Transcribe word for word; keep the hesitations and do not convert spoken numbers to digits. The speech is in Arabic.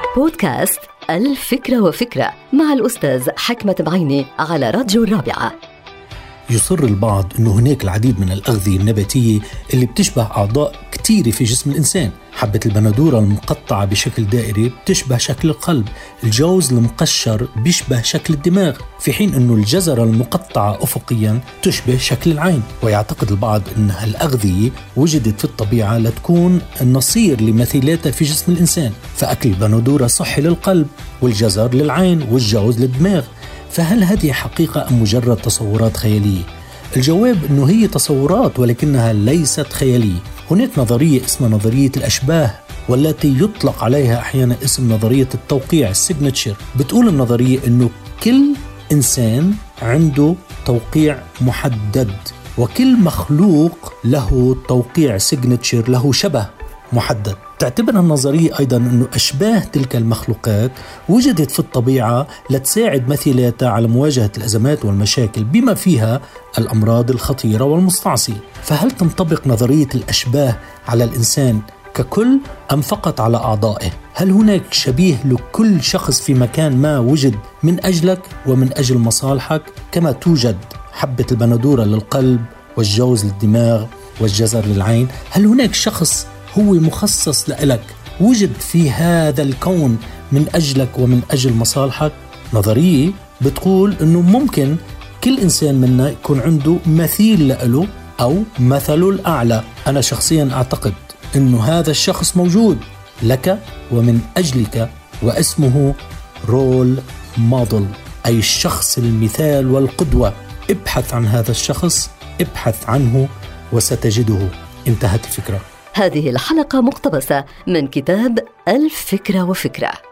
بودكاست الفكرة وفكرة مع الأستاذ حكمة بعيني على راديو الرابعة. يصر البعض أنه هناك العديد من الأغذية النباتية اللي بتشبه أعضاء كتيرة في جسم الإنسان. حبة البندورة المقطعة بشكل دائري بتشبه شكل القلب، الجوز المقشر بيشبه شكل الدماغ، في حين أنه الجزرة المقطعة أفقيا تشبه شكل العين. ويعتقد البعض أن هالأغذية وجدت في الطبيعة لتكون النصير لمثيلاتها في جسم الإنسان، فأكل البندورة صحي للقلب والجزر للعين والجوز للدماغ. فهل هذه حقيقة أم مجرد تصورات خيالية؟ الجواب أنه هي تصورات ولكنها ليست خيالية. هناك نظرية اسمها نظرية الأشباه، والتي يطلق عليها أحيانا اسم نظرية التوقيع السيجنتشر. بتقول النظرية أنه كل إنسان عنده توقيع محدد، وكل مخلوق له توقيع سيجنتشر، له شبه محدد. تعتبر النظرية أيضا أنه أشباه تلك المخلوقات وجدت في الطبيعة لتساعد مثيلاتها على مواجهة الأزمات والمشاكل بما فيها الأمراض الخطيرة والمستعصية. فهل تنطبق نظرية الأشباه على الإنسان ككل أم فقط على أعضائه؟ هل هناك شبيه لكل شخص في مكان ما وجد من أجلك ومن أجل مصالحك، كما توجد حبة البندورة للقلب والجوز للدماغ والجزر للعين؟ هل هناك شخص هو مخصص لإلك وجد في هذا الكون من أجلك ومن أجل مصالحك؟ نظرية بتقول أنه ممكن كل إنسان منا يكون عنده مثيل لإله أو مثله الأعلى. أنا شخصيا أعتقد أنه هذا الشخص موجود لك ومن أجلك، واسمه رول موديل، أي الشخص المثال والقدوة. ابحث عن هذا الشخص، ابحث عنه وستجده. انتهت الفكرة. هذه الحلقة مقتبسة من كتاب الفكرة وفكرة.